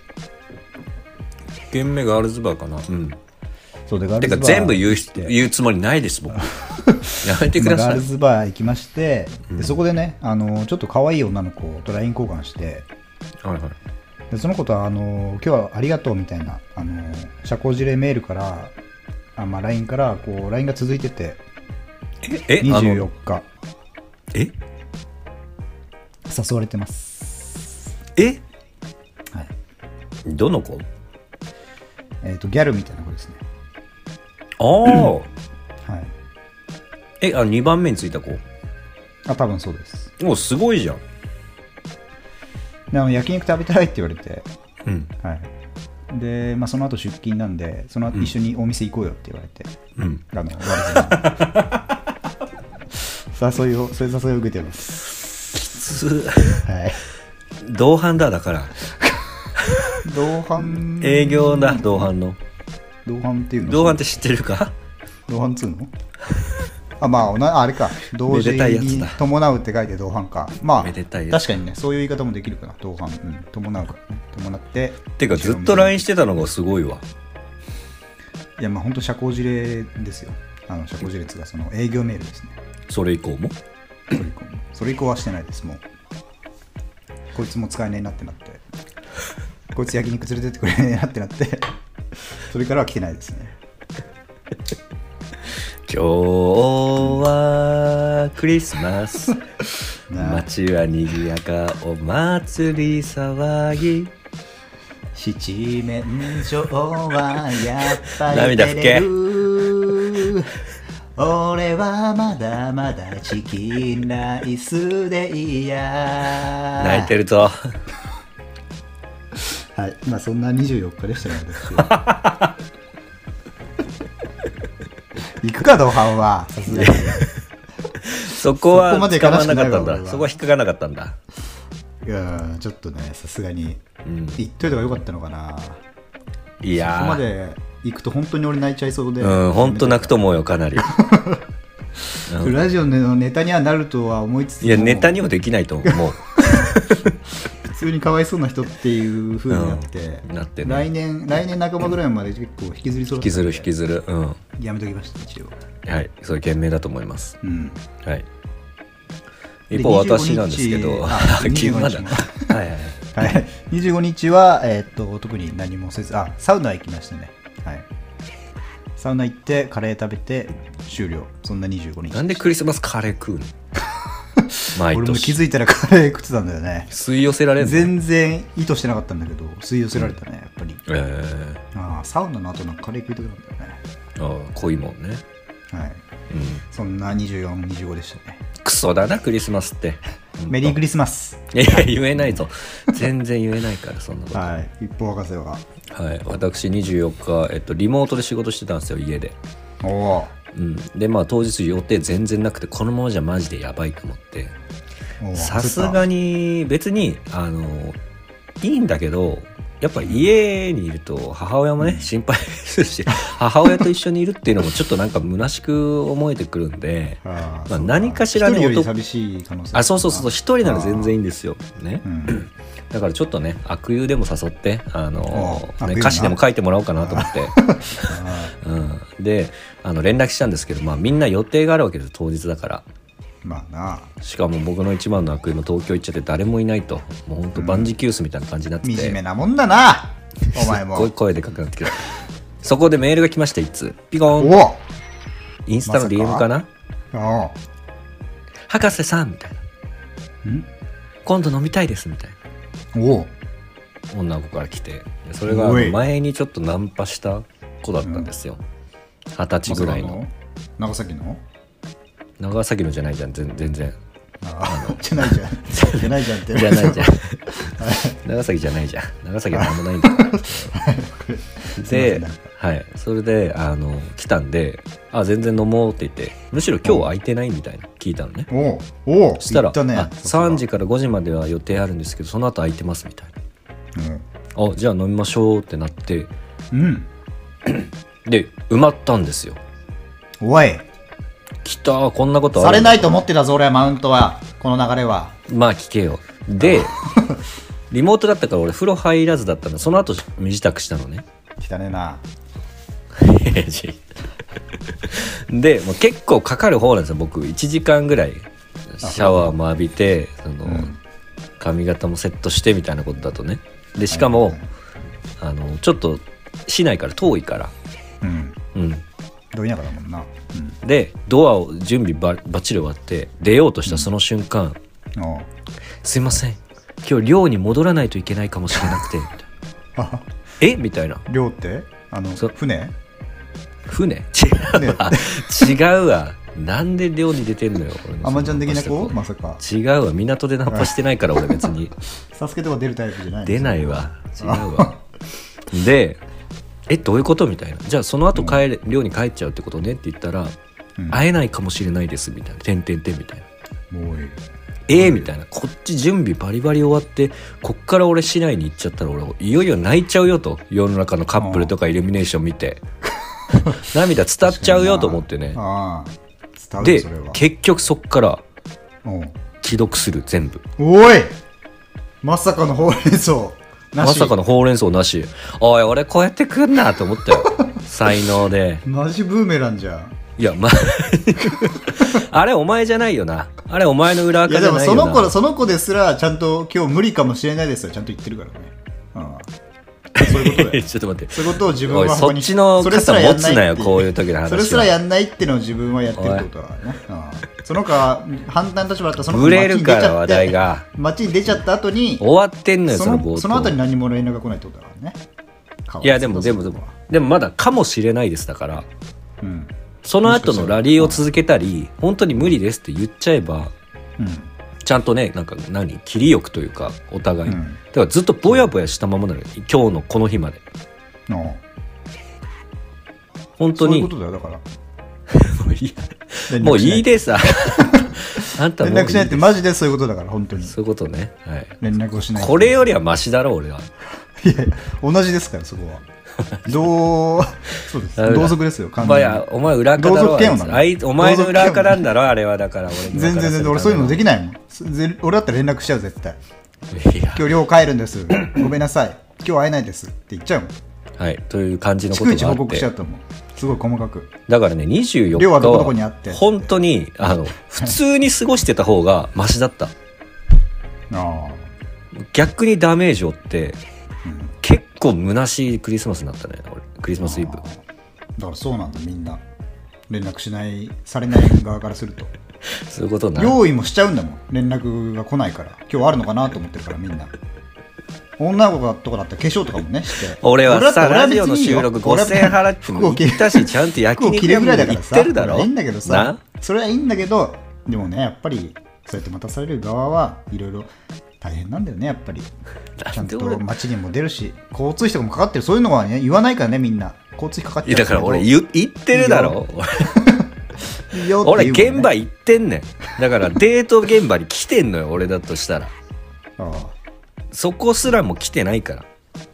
っけんめガールズバーかな、うん、 そうでガールズバーてか全部言う言うつもりないです僕やめてください。 ガールズバー行きまして、うん、でそこでねあのちょっと可愛い女の子と ライン 交換して、はいはい、でその子とはあの今日はありがとうみたいなあの社交辞令メールからあ、まあ、ライン からこう ライン が続いてて、 えにじゅうよっかえ誘われてます。 えはい。 どの子？ えっ、ー、とギャルみたいな子ですね。 ああはい。 えあにばんめについた子？ あ、多分そうです。 もうすごいじゃん。 であの焼肉食べたいって言われて、 うんはい。で、まあ、その後出勤なんで、その後一緒にお店行こうよって言われて、 うん、 あの誘いをそういう誘いを受けてます。 きつはい。 同伴だだから同伴営業だ同伴の同伴っていうの同伴って知ってるか？ 同伴っつうのあ、まあ、あれか、同時に伴うって書いて同伴か。まあ、めでたいやつ確かにね、そういう言い方もできるかな、同伴。うん、伴うからね。伴って。 てか、ずっと ライン してたのがすごいわ。 いや、まあ、ほんと社交辞令ですよ。あの社交辞令つが、その営業メールですね。 それ以降もそれ以降も。それ以降はしてないです、もう。こいつも使えねえなってなって。こいつ焼肉連れてってくれねえなってなって。それからは来てないですね。 今日はクリスマス街は賑やかお祭り騒ぎ七面鳥はやっぱり照れる俺はまだまだチキンライスでいや泣いてるぞはい、まあそんなにじゅうよっかでしたね私は行くか同伴はさすがにそこは使わなかったんだ。そこは引っかからなかったんだ。 いやちょっとねさすがに、うん、行っといた方がよかったのかな。 いやそこまで行くと本当に俺泣いちゃいそうで、 うん本当泣くと思うよかなりうん、ラジオのネタにはなるとは思いつつもいやネタにもできないと思う普通にかわいそうな人っていう風になって、 うん、なってね、 来年来年半ばぐらいまで結構引きずりそうだったんで引きずる引きずる、うん、 やめときました一応。 はいそれ賢明だと思います、 うん、 はい一方私なんですけどにじゅうごにちまだはいはい、はい、にじゅうごにちは、えー、っと特に何もせずあサウナ行きましたね。はいサウナ行ってカレー食べて終了。そんなにじゅうごにち。 なんでクリスマスカレー食うの毎年俺も気づいたらカレー食ってたんだよね。 吸い寄せられるの全然意図してなかったんだけど吸い寄せられたね、うん、やっぱり、 えー、あサウナの後なんかカレー食いたくなったんだよね。 ああ濃いもんね。 はい、うん、そんなにじゅうよん、にじゅうごでしたね。 クソだなクリスマスってメリークリスマス。 いや言えないぞ全然言えないからそんなこと。 はい一方博士ははい私にじゅうよっか、えっと、リモートで仕事してたんですよ家で。 おお、 うん、でまあ当日予定全然なくてこのままじゃマジでやばいと思ってさすがに別にあのいいんだけどやっぱ家にいると母親もね、うん、心配するし母親と一緒にいるっていうのもちょっとなんか虚しく思えてくるんであ、 まあ、何かしらね一人より寂しい可能性あそうそうそう一人なら全然いいんですよ、ねうん、だからちょっとね悪友でも誘ってあのーね、歌詞でも書いてもらおうかなと思って、うん、であの連絡したんですけど、まあ、みんな予定があるわけです当日だから。 まあなしかも僕の一番の悪友も東京行っちゃって誰もいないともうほんと万事休すみたいな感じになってて、 うん、惨めなもんだなお前もすっごい声でかくなってきたそこでメールが来ましたいつピコンおインスタの ディーエム かなお博士さんみたいなん今度飲みたいですみたいなお女の子から来てそれが前にちょっとナンパした子だったんですよ二十、うん、歳ぐらいの長崎の長崎のじゃないじゃん全然ああじゃないじゃんじゃないじゃんってじゃないじゃん長崎じゃないじゃん長崎は何もないんだからで、はい、それであの来たんであ全然飲もうって言ってむしろ今日空いてないみたいな聞いたのね。 おおそしたら、 ね、 あさんじからごじまでは予定あるんですけどその後空いてますみたいな、うん、あじゃあ飲みましょうってなってうんで埋まったんですよ。 おい来たこんなことあるされないと思ってたぞ俺はマウントはこの流れはまあ聞けよでリモートだったから俺風呂入らずだったのその後身支度したのね汚ねえなでもう結構かかる方なんですよ僕いちじかんぐらいシャワーも浴びてその、うん、髪型もセットしてみたいなことだとねでしかも、はいはいはい、あのちょっと市内から遠いからうん、 うんど田舎だもんな、うん、 でドアを準備ばバッチリ終わって出ようとしたその瞬間、 うん、 すいません今日寮に戻らないといけないかもしれなくてみたいなえみたいな。 寮ってあの船船違うわ違うわなんで寮に出てんのよ。 あまちゃん的な子まさか。 違うわ港でナンパしてないから俺別にサスケとか出るタイプじゃない。 出ないわ違うわでえどういうことみたいな。じゃあその後帰れ、うん、寮に帰っちゃうってことねって言ったら、うん、会えないかもしれないですみたいなてんてんてんみたいな。もういいえー、みたいな。こっち準備バリバリ終わってこっから俺市内に行っちゃったら俺いよいよ泣いちゃうよと。世の中のカップルとかイルミネーション見て涙伝っちゃうよと思ってね。あ伝うでそれは結局そっから既読する全部。 おいまさかのほうれん草なし。 まさかのほうれん草なし。おい俺こうやってくんなと思ったよ才能で。 マジブーメランじゃん。 いやまあれお前じゃないよな。あれお前の裏垢じゃないよな。いやでもその子その子ですらちゃんと今日無理かもしれないですよちゃんと言ってるからね。ああそういうことだよちょっと待ってそういうことを自分はそっちの肩持つなよこういう時の話は。 それすらやんないってのを自分はやってるってことだからね。ああその子は反対の立場だったらその子ブレるから話題が街に出ちゃった後に終わってんのよその, そのその後に何も連絡が来ないってことだからね。 いやでもでもでもでもまだかもしれないですだから、 うん、 その後のラリーを続けたり本当に無理ですって言っちゃえば、うん、ちゃんとねなんか何切りよくというかお互い、うん、だからずっとぼやぼやしたままなのよ今日のこの日まで。本当にそういうことだよだからもういいもういいでさあんたもういい連絡しないってマジでそういうことだから本当にそういうことね、はい、 連絡をしないこれよりはマシだろ俺は。 いやいや同じですからそこは同そうです同族ですよ完全に。 お前お前裏垢だろ。同族嫌悪なのあいお前の裏垢なんだろあれは。だから俺全然全然俺そういうのできないもん。俺だったら連絡しちゃう絶対。今日寮帰るんですごめんなさい今日会えないですって言っちゃうもん。 はいという感じのことがあって逐一報告しちゃったもんすごい細かく。 だからねにじゅうよっか寮はどこどこにあって本当にあの普通に過ごしてた方がマシだったあ逆にダメージを負って、うん、結構虚しいクリスマスになったね俺クリスマスイブ。だからそうなんだみんな連絡しないされない側からするとそういうことな用意もしちゃうんだもん連絡が来ないから今日あるのかなと思ってるからみんな。女の子とかだったら化粧とかもねして俺はさラジオの収録ごせんえん払っても行ったしちゃんと焼肉屋も行ってるだろ。 いいんだけどさそれはいいんだけどでもねやっぱりそうやって待たされる側はいろいろ大変なんだよねやっぱり。ちゃんと街にも出るし交通費とかもかかってるそういうのはね言わないからねみんな交通費かかっちゃう。 だから俺言ってるだろ俺現場行ってんねん。だからデート現場に来てんのよ俺だとしたら。ああそこすらも来てないから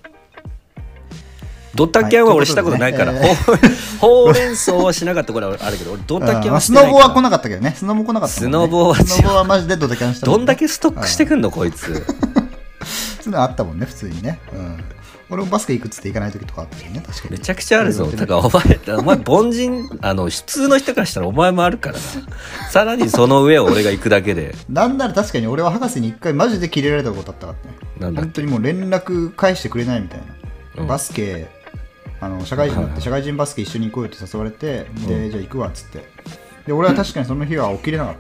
ドタキャンは俺したことないから、はいねえー、ほうれん草はしなかったことはあるけど俺ドタキャンはしてないから。 スノボは来なかったけどねスノボ来なかった、ね、 スノボはスノボはマジでドタキャンした、ね、 どんだけストックしてくんのこいつそういうのあったもんね普通にね、うん、俺もバスケ行くっつって行かない時とかあったよね確かに。 めちゃくちゃあるぞ。だからお前お前凡人あの普通の人からしたらお前もあるからなさらにその上を俺が行くだけでなんなら確かに俺は博士に一回マジでキレられたことあったからね。なんだ本当にもう連絡返してくれないみたいな、うん、バスケあの社会人になって社会人バスケ一緒に行こうよって誘われて、うん、でじゃあ行くわっつってで俺は確かにその日は起きれなかった、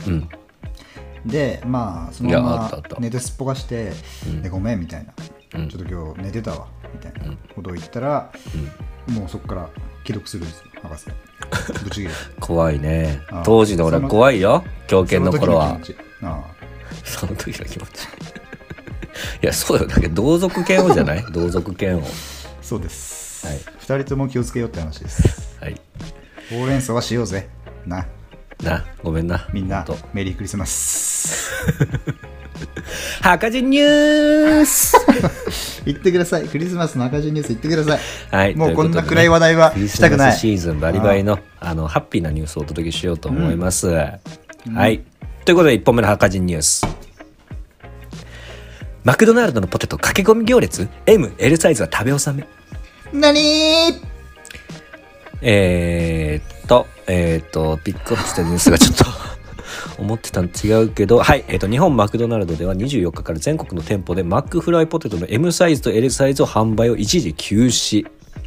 うん、でまあそのまま寝てすっぽかして、うん、でごめんみたいな、うん、ちょっと今日寝てたわみたいなことを言ったら、うん、もうそこから既読するんですよ博士ぶち切れ怖いね当時の俺は怖いよ狂犬の頃はその時の気持ちいやそうよだけど同族嫌悪じゃない同族嫌悪そうです、はい、ふたりとも気をつけようって話ですはいほうれん草はしようぜななごめんなみんなメリークリスマス博士ニュース言ってくださいクリスマスの博士ニュース言ってください、 はい、 もうこんな暗い話題はしたくない、 クリスマスシーズンバリバリ の, あのハッピーなニュースをお届けしようと思います、うん、はい、うん、ということでいっぽんめの博士ニュースマクドナルドのポテト駆け込み行列 エムエル サイズは食べ納め。 なにーえーっとえーっとピックアップしたニュースがちょっと思ってたの違うけど、はい、えーっと日本マクドナルドではにじゅうよっかから全国の店舗でマックフライポテトの エム サイズと エル サイズを販売を一時休止。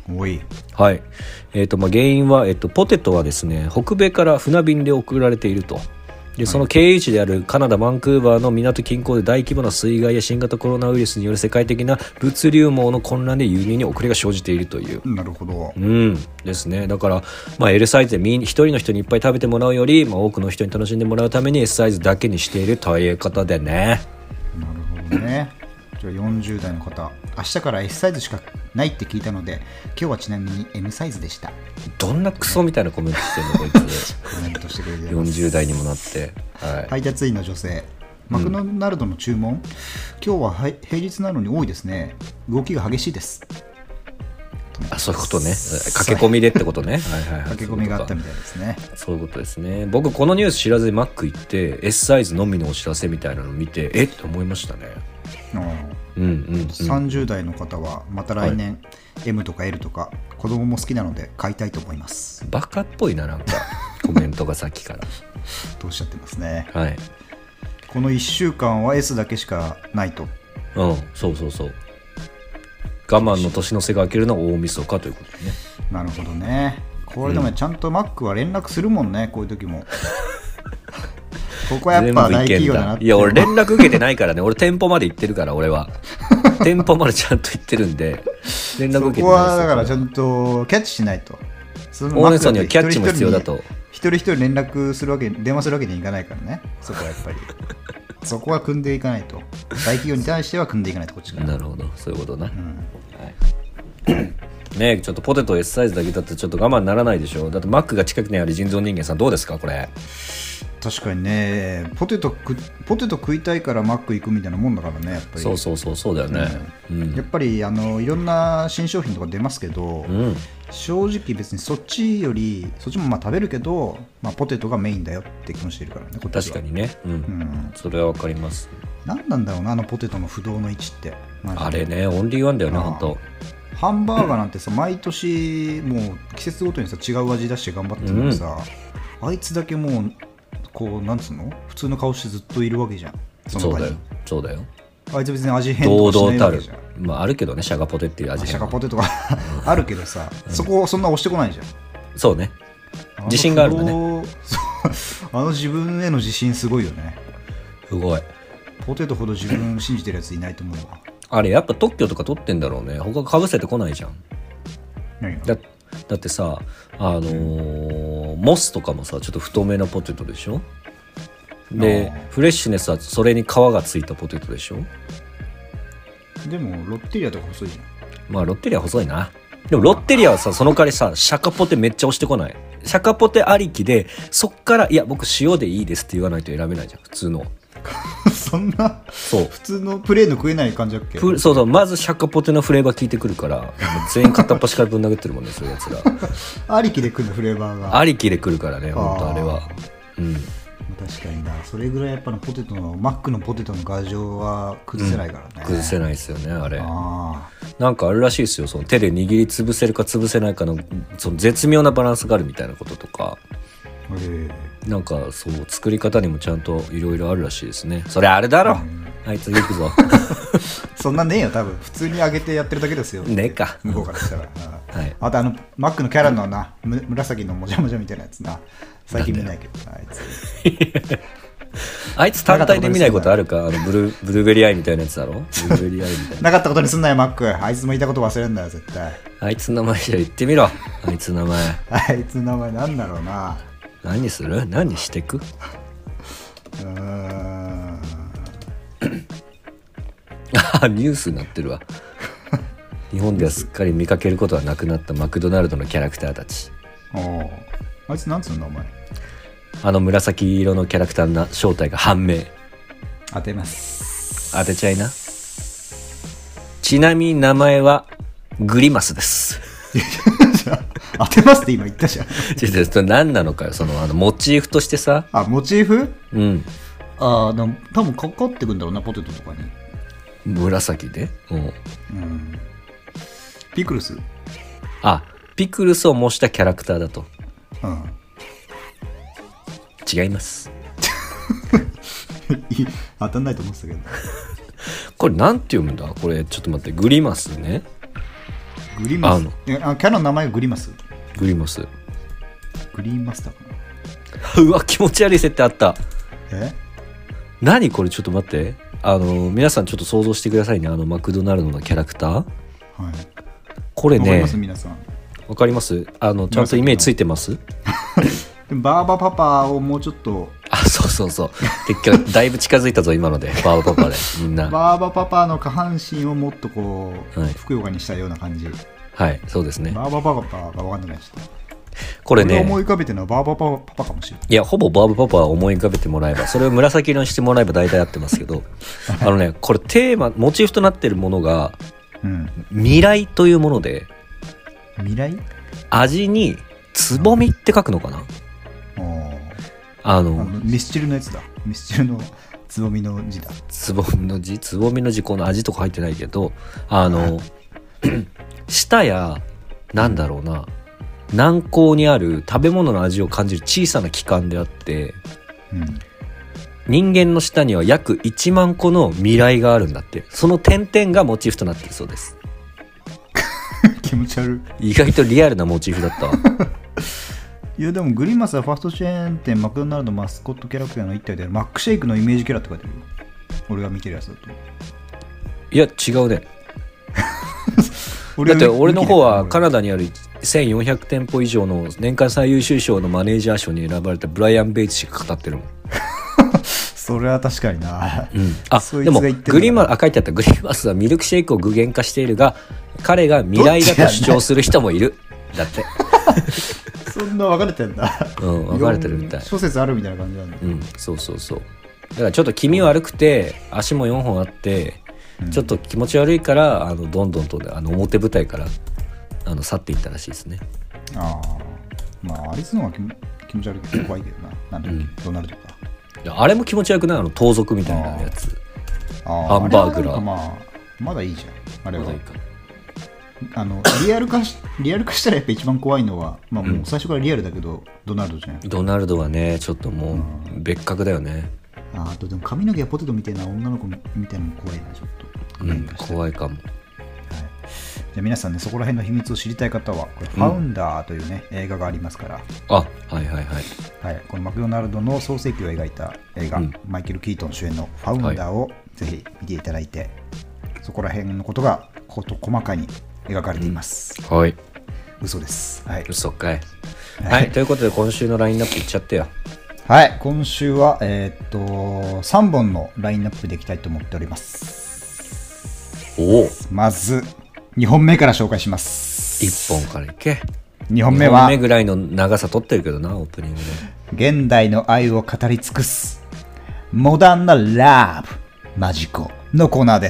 おい。 はい。えっ、と、まあ、原因は、えっ、と、ポテトはですね、北米から船便で送られていると。で、その経由地であるカナダ・バンクーバーの港近郊で大規模な水害や新型コロナウイルスによる世界的な物流網の混乱で輸入に遅れが生じているという。 なるほど。 うんですね。だから、まあ、L サイズでみん一人の人にいっぱい食べてもらうより、まあ、多くの人に楽しんでもらうために S サイズだけにしているということでね。 なるほどね。じゃあよんじゅう代の方、明日から S サイズしかないって聞いたので、今日はちなみに M サイズでした。 どんなクソみたいなコメントしてるのこいつ。 コメントしてくれてます。 よんじゅう代にもなって、はい、 配達員の女性、マクドナルドの注文、うん、今日は平日なのに多いですね。動きが激しいです。 あ、そういうことね。駆け込みでってことね。はいはいはい、 駆け込みがあったみたいですね。 そういうことですね。僕このニュース知らずにマック行って S サイズのみのお知らせみたいなのを見て、えって思いましたね。 うんうんうん、さんじゅう代の方はまた来年、はい、M とか L とか子供も好きなので買いたいと思います。 バカっぽいな、なんかコメントがさっきからとおっしゃってますね。 はい。 このいっしゅうかんは S だけしかないと。 うん、そうそうそう。我慢の年の瀬が明けるのは大晦日ということでね。 なるほどね。これでも、ね、うん、ちゃんとマックは連絡するもんね、こういう時も。ここはやっぱ大企業だなって。 いや、俺連絡受けてないからね。俺店舗まで行ってるから、俺は店舗までちゃんと行ってるんで連絡受けてないですよ。 そこはだからちゃんとキャッチしないと。 大根さんにはキャッチも必要だと。 一人一人連絡するわけ、電話するわけにいかないからね。そこはやっぱりそこは組んでいかないと。大企業に対しては組んでいかないと、こっちから。 なるほど、そういうことな、うん、はいねえ、ちょっとポテト S サイズだけだってちょっと我慢ならないでしょ。だってマックが近くにある人造人間さん、どうですかこれ。 確かにね、ポテトくポテト食いたいからマック行くみたいなもんだからね、やっぱり。 そうそうそう、そうだよね、 うんうん、やっぱりあのいろんな新商品とか出ますけど、うん、正直別にそっちよりそっちもまあ食べるけど、まあ、ポテトがメインだよって気もしてるからね、こっちは。 確かにね、うんうん、それはわかります。 何なんだろうな、あのポテトの不動の位置って。 あれね、オンリーワンだよね、本当。 ハンバーガーなんてさ、毎年もう季節ごとにさ違う味出して頑張ってるのにさ、うん、あいつだけもうこうなんつうの、普通の顔してずっといるわけじゃん。その場に。そうだよ、そうだよ。あいつ別に味変とかしないわけじゃん。堂々たる、まああるけどね、シャガポテっていう味変、まあ、シャガポテとかあるけどさ、うん、そこをそんな押してこないじゃん。そうね、自信があるんだね。あの自分への自信すごいよね。すごい。ポテトほど自分信じてるやついないと思うわ。あれやっぱ特許とか取ってんだろうね。他かぶせてこないじゃん。何が？だだってさ、あのー、モスとかもさ、ちょっと太めのポテトでしょ。でフレッシュネスはそれに皮がついたポテトでしょ。でもロッテリアとか細いじゃん。まあロッテリア細いな。でもロッテリアはさ、その代わりさ、シャカポテめっちゃ押してこない。シャカポテありきで、そっからいや僕塩でいいですって言わないと選べないじゃん、普通の。そんな、そう普通のプレーンの食えない感じだっけ。そうそう、まずシャカポテのフレーバー効いてくるから、全員片っ端からぶん殴ってるもんね、そういうやつら。ありきで来るフレーバーが。ありきで来るからね、本当あれは。うん。確かにな、それぐらいやっぱりポテトのマックのポテトの牙城は崩せないからね、うん、崩せないですよねあれ。あ、なんかあるらしいですよ、その手で握りつぶせるか潰せないかのその絶妙なバランスがあるみたいなこととか、えー、なんかそう作り方にもちゃんといろいろあるらしいですね。それあれだろ、うん、はい、次行くぞ。そんなねえよ、多分普通に揚げてやってるだけですよねえか、向こうからしたら、はい、あとあのマックのキャラのな、紫のもじゃもじゃみたいなやつな、最近見ないけどあいつ。あいつ単体で見ないことあるか。あのブルブルーベリーアイみたいなやつだろ。ブルーベリーアイみたいな。なかったことにすんなよマック。あいつもいたこと忘れんだよ絶対。あいつの名前じゃ言ってみろ。あいつの名前。あいつの名前なんだろうな。何する？何してく？うーん。あ、ニュースになってるわ。日本ではすっかり見かけることはなくなったマクドナルドのキャラクターたち。おお。あいつなんつうんだお前。あの紫色のキャラクターの正体が判明。当てます。当てちゃいな。ちなみに名前はグリマスです。当てますって今言ったじゃん。ちょっと何なのかよ、そのあのモチーフとしてさ。あ、モチーフ？うん。ああ、多分かかってくんだろうな、ポテトとかに。紫で？うん。うん。ピクルス？あ、ピクルスを模したキャラクターだと。うん。違います。当たんないと思ってたけど。これなんて読むんだこれ。ちょっと待って、グリマスね。 グリマスあのえあキャラの名前がグリマスグリマス。 グリーンマスターかな。 うわ気持ち悪い設定あった。 え何これ、ちょっと待って。あの皆さんちょっと想像してくださいね。あのマクドナルドのキャラクター。 はい。 これねわかります皆さん。 わかります。あのちゃんとイメージついてます。 でもバーバパパをもうちょっとあ、そうそうそう。結局だいぶ近づいたぞ今ので。バーバパパでみんな。 バーバパパの下半身をもっとこう、 はいふくよかにしたような感じ。 はいそうですね。 バーバパパが分かんないです。 これね、 俺が思い浮かべてるのはバーバパパパかもしれない。 いやほぼバーバパパは思い浮かべてもらえば、それを紫色にしてもらえば大体合ってますけどあのね、これテーマモチーフとなっているものがうん。 未来というもので、 未来味につぼみって書くのかな。 おーあのあのミスチルのやつだ。ミスチルのつぼみの字だ。 つぼみの字、つぼみの字、この味とか入ってないけど、あの舌やなんだろうな、軟膏にある食べ物の味を感じる小さな器官であって、 うん。 人間の舌には約いちまん個の味蕾があるんだって。その点々がモチーフとなっているそうです。 気持ち悪い。 意外とリアルなモチーフだったわ。 いやでもグリマスはファーストチェーン店マクドナルドマスコットキャラクターの一体であるマックシェイクのイメージキャラって書いてあるよ。俺が見てるやつだと。 いや違うね。 俺だって俺の方はカナナダにあるせんよんひゃく店舗以上の年間最優秀賞のマネージャー賞に選ばれたブライアン・ベイツ氏が語ってるもん。 それは確かにな。 うん、あそいつでもが言ってんだグリマあ書いてあった。グリマスはミルクシェイクを具現化しているが、彼が未来だと主張する人もいるだって。 そんな分かれてんだ。 うん分かれてるみたい。 諸説あるみたいな感じなんだ。 うんそうそうそう。だからちょっと気味悪くて足もよんほんあって、 うんちょっと気持ち悪いからあのどんどんとあの表舞台からあの去っていったらしいですね。 ああ。まあ、あいつの方が気も気持ち悪くて怖いけどな。なんだっけ、 うん、 ドナルドか。 いやあれも気持ち悪くない？あの盗賊みたいなやつ。 あーハンバーグラーあれはなんかまあ、まだいいじゃん。あれは。 まだいいか。 あのリアル化し、リアル化したらやっぱ一番怖いのは、まあもう最初からリアルだけど、ドナルドじゃん。 ドナルドはねちょっともう別格だよね。 ああとでも髪の毛がポテトみたいな女の子みたいなのも怖いな、ちょっと。 うん怖いかも。 はい、じゃあ皆さんね、そこら辺の秘密を知りたい方は、これ、ファウンダーというね、映画がありますから、 あはいはいはい。 はい、このマクドナルドの創世記を描いた映画、 うんマイケル・キートン主演のファウンダーをぜひ見ていただいて、そこら辺のことがこと細かに描かれています。 はい。 嘘です。はい。 嘘かい。はい、ということで今週のラインナップいっちゃってよ。 はい、今週は、えーっと、さんぼんのラインナップでいきたいと思っております。 おお。 まず、にほんめから紹介します。 いっぽんからいけ。 にほんめは、 にほんめぐらいの長さ取ってるけどな、オープニングで。 現代の愛を語り尽くす、モダンなラブ、マジコのコーナーです。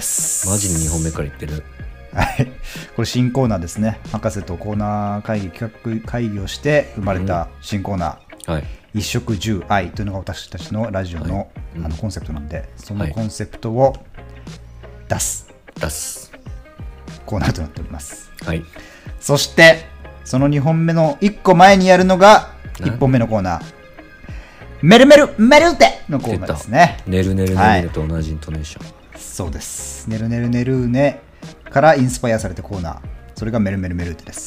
マジににほんめから言ってる。 はい。これ新コーナーですね。博士とコーナー会議、企画会議をして生まれた新コーナー。 はい。 一食十愛というのが私たちのラジオの、 はいうん、 あのコンセプトなんで、そのコンセプトを出す、 出すコーナーとなっております。 はい。 そしてそのにほんめのいっこまえにやるのがいっぽんめのコーナー、メルメルメルーテのコーナーですね。 ねるねるねると同じイントネーション、はい、 そうです。ねるねるねるねからインスパイアされたコーナー、それがメルメルメルーテです。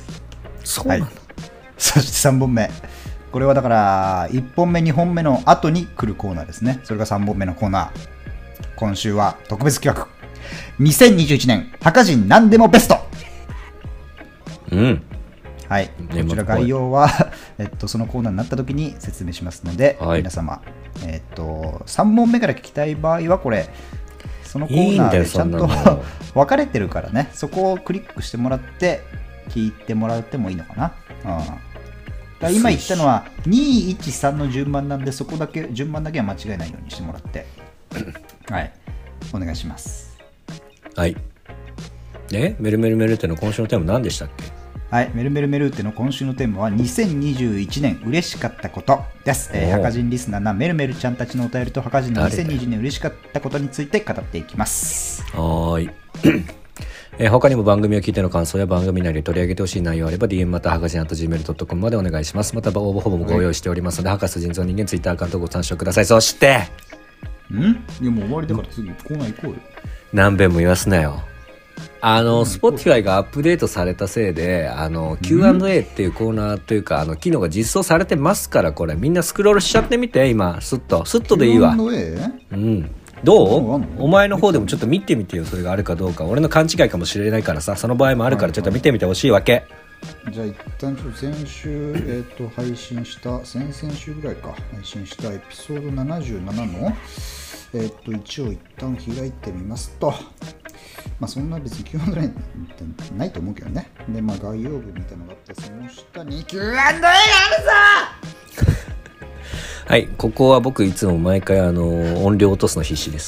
そうなんだ、はい、 そしてさんぼんめ、これはだからいっぽんめにほんめの後に来るコーナーですね。それがさんぼんめのコーナー。今週は特別企画、にせんにじゅういちねん博人何でもベスト。 うんはい、こちら概要は、えっと、そのコーナーになった時に説明しますので、はい、皆様、えっと、さんぼんめから聞きたい場合はこれそのコーナーでちゃんと分かれてるからね、そこをクリックしてもらって聞いてもらってもいいのかな。うん、今言ったのはにいちさんの順番なんで、そこだけ順番だけは間違えないようにしてもらってはいお願いします。 はい。えメルメルメルっての今週のテーマ何でしたっけ？ はい、メルメルメルーテの今週のテーマはにせんにじゅういちねん嬉しかったことです。えー、博人リスナーなメルメルちゃんたちのお便りと博人のにせんにじゅうねん嬉しかったことについて語っていきます。 はーい。えー、他にも番組を聞いての感想や番組内で取り上げてほしい内容あれば ディーエム またはかじん アット ジーメール ドットコム までお願いします。また応募フォームもご用意しておりますので、はい、博士人造人間ツイッターアカウントをご参照ください。そしてんいやもう終わりだから次コーナー行こうよ。 何遍も言わすなよ。 あの Spotify がアップデートされたせいであの キューアンドエー っていうコーナーというかあの機能が実装されてますから、これみんなスクロールしちゃってみて。今スッとスッとでいいわ。 キューアンドエー？ うんどうあんの？ お前の方でもちょっと見てみてよ、それがあるかどうか。俺の勘違いかもしれないからさ、その場合もあるからちょっと見てみてほしいわけ。 じゃあ一旦ちょっと先週、えー、と配信した先々週ぐらいか配信したエピソードななじゅうななの、えー、と一応一旦開いてみますと、まあそんな別に キューアンドエー ってないと思うけどね。でまあ概要文みたいなのがあって、その下に キューアンドエー があるぞはい、ここは僕いつも毎回あの音量落とすの必死です。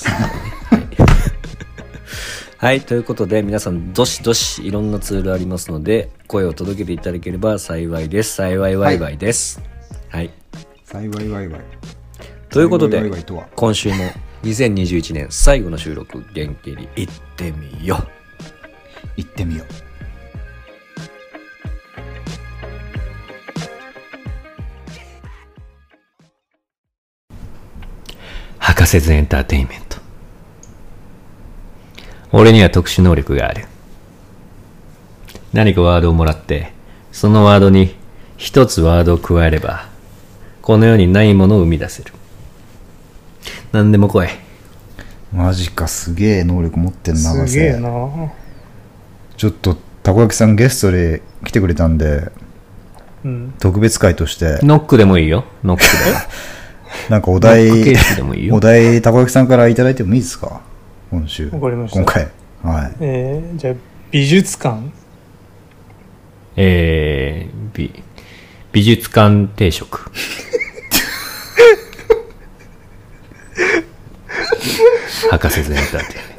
はい、ということで皆さんどしどしいろんなツールありますので声を届けていただければ幸いです。幸いワイワイです。はい。 幸いワイワイ。 ということで幸いワイワイとは今週もにせんにじゅういちねん最後の収録元気にいってみよう。 行ってみよう。 博士ズエンターテインメント。俺には特殊能力がある。何かワードをもらってそのワードに一つワードを加えればこの世にないものを生み出せる。何でも来い。 マジか、すげえ能力持ってんな。 すげえな。 ちょっとたこ焼きさんゲストで来てくれたんで、うん、特別会としてノックでもいいよ。ノックでなんかお題ノック形式でもいいよ。 お題たこ焼きさんからいただいてもいいですか。今週わかりました。 今回はい、 えー、じゃあ美術館。 えー、美, 美術館定食。博士ズエンターテインメント。